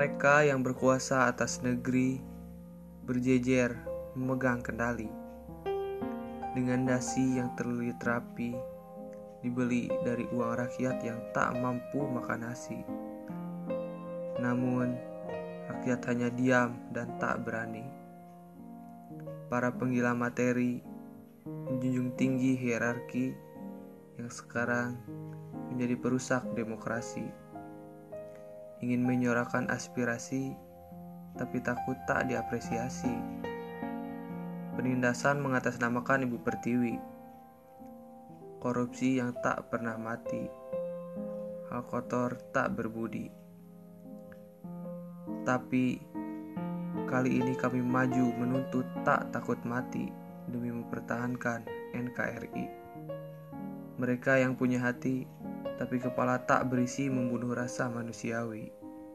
Mereka yang berkuasa atas negeri berjejer memegang kendali. Dengan dasi yang terlilit rapi, dibeli dari uang rakyat yang tak mampu makan nasi. Namun, rakyat hanya diam dan tak berani. Para penggila materi menjunjung tinggi hierarki yang sekarang menjadi perusak demokrasi. Ingin menyuarakan aspirasi, tapi takut tak diapresiasi. Penindasan mengatasnamakan Ibu Pertiwi. Korupsi yang tak pernah mati. Hal kotor tak berbudi. Tapi kali ini kami maju menuntut tak takut mati demi mempertahankan NKRI. Mereka yang punya hati, tapi kepala tak berisi membunuh rasa manusiawi.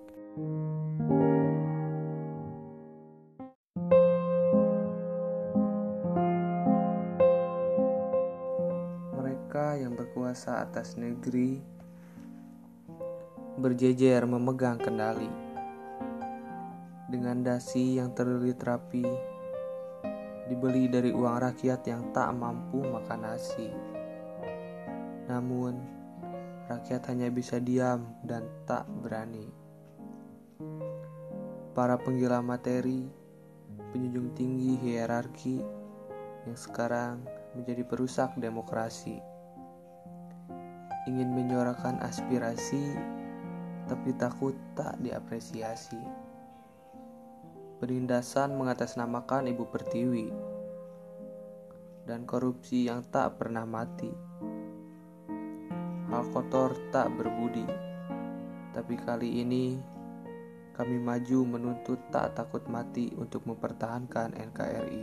Mereka yang berkuasa atas negeri berjejer memegang kendali. Dengan dasi yang terlilit rapi, dibeli dari uang rakyat yang tak mampu makan nasi. Namun, rakyat hanya bisa diam dan tak berani. Para penggila materi, penjunjung tinggi hierarki yang sekarang menjadi perusak demokrasi. Ingin menyuarakan aspirasi, tapi takut tak diapresiasi. Penindasan mengatasnamakan Ibu Pertiwi dan korupsi yang tak pernah mati. Hal kotor tak berbudi. Tapi kali ini kami maju menuntut tak takut mati untuk mempertahankan NKRI.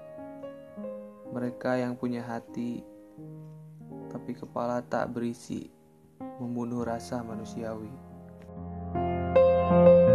Mereka yang punya hati, tapi kepala tak berisi, membunuh rasa manusiawi.